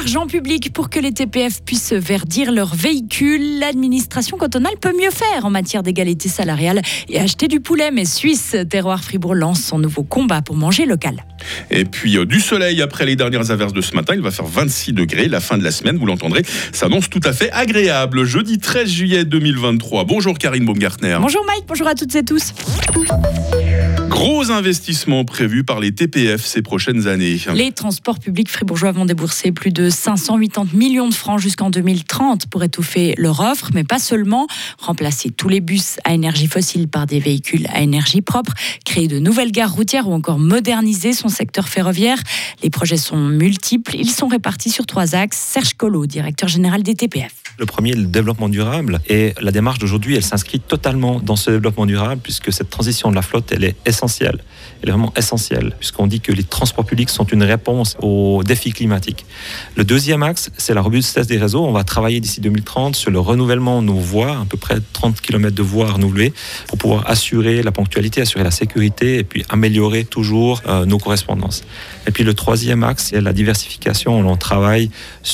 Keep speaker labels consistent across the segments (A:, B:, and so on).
A: l'argent public pour que les TPF puissent verdir leurs véhicules. L'administration cantonale peut mieux faire en matière d'égalité salariale et acheter du poulet. Mais Suisse Terroir Fribourg lance son nouveau combat pour manger local.
B: Et puis du soleil après les dernières averses de ce matin. Il va faire 26 degrés. La fin de la semaine, vous l'entendrez, s'annonce tout à fait agréable. Jeudi 13 juillet 2023. Bonjour Karine Baumgartner.
A: Bonjour Mike, bonjour à toutes et tous.
B: Gros investissements prévus par les TPF ces prochaines années.
A: Les transports publics fribourgeois vont débourser plus de 580 millions de francs jusqu'en 2030 pour étouffer leur offre, mais pas seulement. Remplacer tous les bus à énergie fossile par des véhicules à énergie propre, créer de nouvelles gares routières ou encore moderniser son secteur ferroviaire. Les projets sont multiples, ils sont répartis sur 3 axes. Serge Collot, directeur général des TPF.
C: Le premier, le développement durable. Et la démarche d'aujourd'hui, elle s'inscrit totalement dans ce développement durable puisque cette transition de la flotte, elle est essentielle. Elle est vraiment essentielle puisqu'on dit que les transports publics sont une réponse aux défis climatiques. Le deuxième axe, c'est la robustesse des réseaux. On va travailler d'ici 2030 sur le renouvellement de nos voies, à peu près 30 km de voies renouvelées pour pouvoir assurer la ponctualité, assurer la sécurité et puis améliorer toujours nos correspondances. Et puis le troisième axe, c'est la diversification. On travaille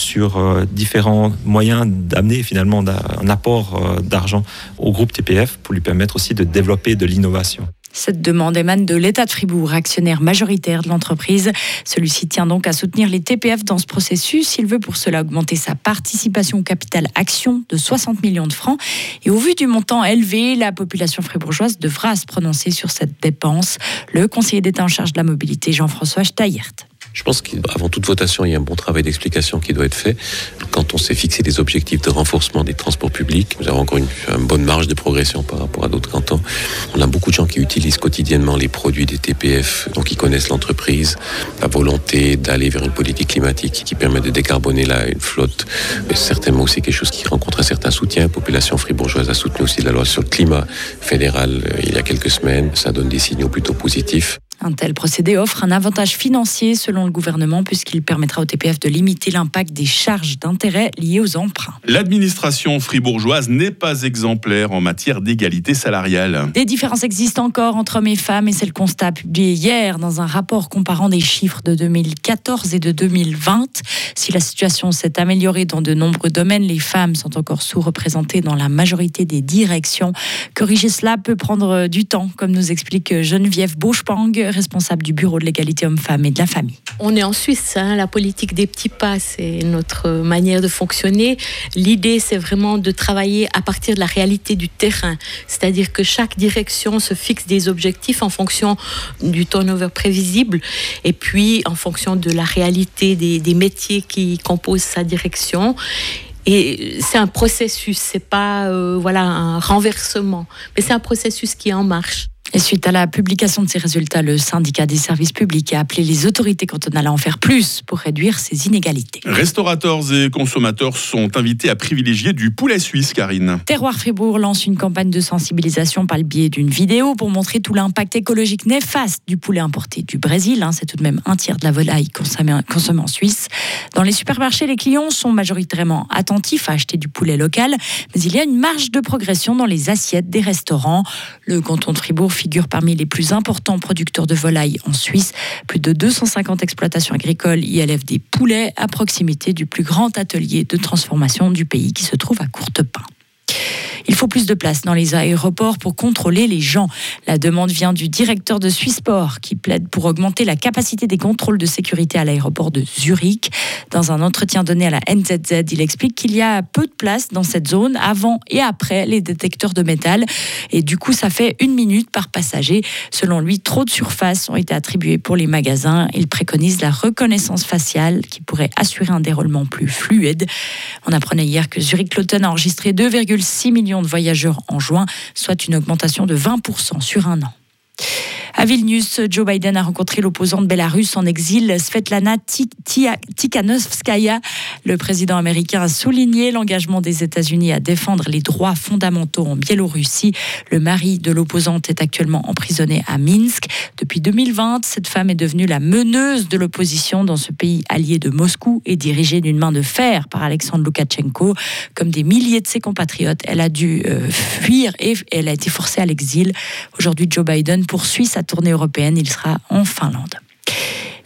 C: sur différents moyens d'amener finalement un apport d'argent au groupe TPF pour lui permettre aussi de développer de l'innovation.
A: Cette demande émane de l'État de Fribourg, actionnaire majoritaire de l'entreprise. Celui-ci tient donc à soutenir les TPF dans ce processus. Il veut pour cela augmenter sa participation au capital action de 60 millions de francs. Et au vu du montant élevé, la population fribourgeoise devra se prononcer sur cette dépense. Le conseiller d'État en charge de la mobilité, Jean-François Steyert.
D: Je pense qu'avant toute votation, il y a un bon travail d'explication qui doit être fait. Quand on s'est fixé des objectifs de renforcement des transports publics, nous avons encore une bonne marge de progression par rapport à d'autres cantons. On a beaucoup de gens qui utilisent quotidiennement les produits des TPF, donc ils connaissent l'entreprise, la volonté d'aller vers une politique climatique qui permet de décarboner une flotte. Mais certainement aussi quelque chose qui rencontre un certain soutien. La population fribourgeoise a soutenu aussi la loi sur le climat fédéral il y a quelques semaines. Ça donne des signaux plutôt positifs.
A: Un tel procédé offre un avantage financier selon le gouvernement puisqu'il permettra au TPF de limiter l'impact des charges d'intérêt liées aux emprunts.
B: L'administration fribourgeoise n'est pas exemplaire en matière d'égalité salariale.
A: Des différences existent encore entre hommes et femmes et c'est le constat publié hier dans un rapport comparant des chiffres de 2014 et de 2020. Si la situation s'est améliorée dans de nombreux domaines, les femmes sont encore sous-représentées dans la majorité des directions. Corriger cela peut prendre du temps, comme nous explique Geneviève Beauchepang, responsable du bureau de l'égalité hommes-femmes et de la famille.
E: On est en Suisse, la politique des petits pas, c'est notre manière de fonctionner. L'idée, c'est vraiment de travailler à partir de la réalité du terrain. C'est-à-dire que chaque direction se fixe des objectifs en fonction du turnover prévisible et puis en fonction de la réalité des métiers qui composent sa direction. Et c'est un processus, c'est pas un renversement, mais c'est un processus qui est en marche.
A: Et suite à la publication de ces résultats, le syndicat des services publics a appelé les autorités cantonales à en faire plus pour réduire ces inégalités.
B: Restaurateurs et consommateurs sont invités à privilégier du poulet suisse, Karine.
A: Terroir Fribourg lance une campagne de sensibilisation par le biais d'une vidéo pour montrer tout l'impact écologique néfaste du poulet importé du Brésil. C'est tout de même un tiers de la volaille consommée en Suisse. Dans les supermarchés, les clients sont majoritairement attentifs à acheter du poulet local, mais il y a une marge de progression dans les assiettes des restaurants. Le canton de Fribourg figure parmi les plus importants producteurs de volailles en Suisse. Plus de 250 exploitations agricoles y élèvent des poulets à proximité du plus grand atelier de transformation du pays qui se trouve à Courtepin. Il faut plus de place dans les aéroports pour contrôler les gens. La demande vient du directeur de Swissport qui plaide pour augmenter la capacité des contrôles de sécurité à l'aéroport de Zurich. Dans un entretien donné à la NZZ, il explique qu'il y a peu de place dans cette zone avant et après les détecteurs de métal. Et du coup, ça fait 1 minute par passager. Selon lui, trop de surfaces ont été attribuées pour les magasins. Il préconise la reconnaissance faciale qui pourrait assurer un déroulement plus fluide. On apprenait hier que Zurich-Lotten a enregistré 2,6 millions de voyageurs en juin, soit une augmentation de 20% sur un an. À Vilnius, Joe Biden a rencontré l'opposante bélarusse en exil, Svetlana Tikhanovskaya. Le président américain a souligné l'engagement des États-Unis à défendre les droits fondamentaux en Biélorussie. Le mari de l'opposante est actuellement emprisonné à Minsk. Depuis 2020, cette femme est devenue la meneuse de l'opposition dans ce pays allié de Moscou et dirigée d'une main de fer par Alexandre Loukachenko. Comme des milliers de ses compatriotes, elle a dû fuir et elle a été forcée à l'exil. Aujourd'hui, Joe Biden poursuit sa tournée européenne. Il sera en Finlande.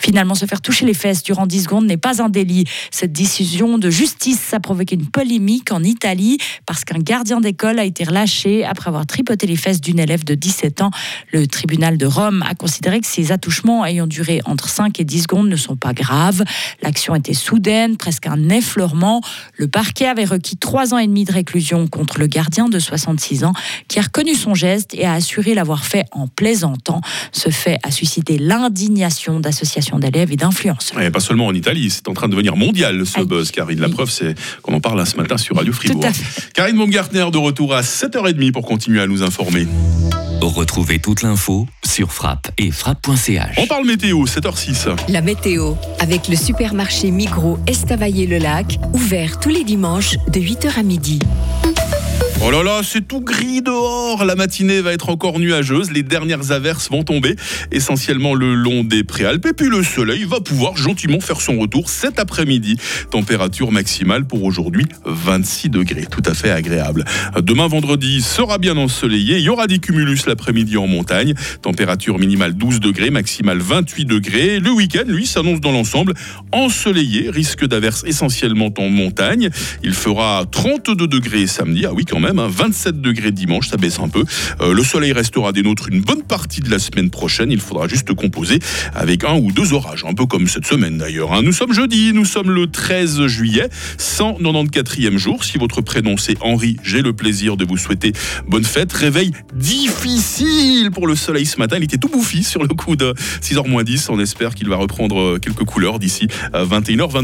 A: Finalement, se faire toucher les fesses durant 10 secondes n'est pas un délit. Cette décision de justice a provoqué une polémique en Italie parce qu'un gardien d'école a été relâché après avoir tripoté les fesses d'une élève de 17 ans. Le tribunal de Rome a considéré que ces attouchements ayant duré entre 5 et 10 secondes ne sont pas graves. L'action était soudaine, presque un effleurement. Le parquet avait requis 3 ans et demi de réclusion contre le gardien de 66 ans qui a reconnu son geste et a assuré l'avoir fait en plaisantant. Ce fait a suscité l'indignation d'associations d'élèves et d'influenceurs.
B: Et pas seulement en Italie, c'est en train de devenir mondial ce buzz, Karine. La preuve, c'est qu'on en parle ce matin sur Radio Fribourg.
A: Tout à fait.
B: Karine Baumgartner de retour à 7h30 pour continuer à nous informer.
F: Retrouvez toute l'info sur Frappe et frappe.ch.
B: On parle météo, 7h06.
G: La météo, avec le supermarché Migros Estavayer-le-Lac, ouvert tous les dimanches de 8h à midi.
B: Oh là là, c'est tout gris dehors. La matinée va être encore nuageuse. Les dernières averses vont tomber, essentiellement le long des Préalpes. Et puis le soleil va pouvoir gentiment faire son retour cet après-midi. Température maximale pour aujourd'hui, 26 degrés. Tout à fait agréable. Demain, vendredi, sera bien ensoleillé. Il y aura des cumulus l'après-midi en montagne. Température minimale 12 degrés, maximale 28 degrés. Le week-end, lui, s'annonce dans l'ensemble ensoleillé. Risque d'averses essentiellement en montagne. Il fera 32 degrés samedi. Ah oui, quand même. 27 degrés dimanche, ça baisse un peu. Le soleil restera des nôtres une bonne partie de la semaine prochaine. Il faudra juste composer avec 1 ou 2 orages, un peu comme cette semaine d'ailleurs. Nous sommes jeudi, nous sommes le 13 juillet, 194e jour. Si votre prénom c'est Henri, j'ai le plaisir de vous souhaiter bonne fête. Réveil difficile pour le soleil ce matin. Il était tout bouffi sur le coup de 6h-10. On espère qu'il va reprendre quelques couleurs d'ici 21h22.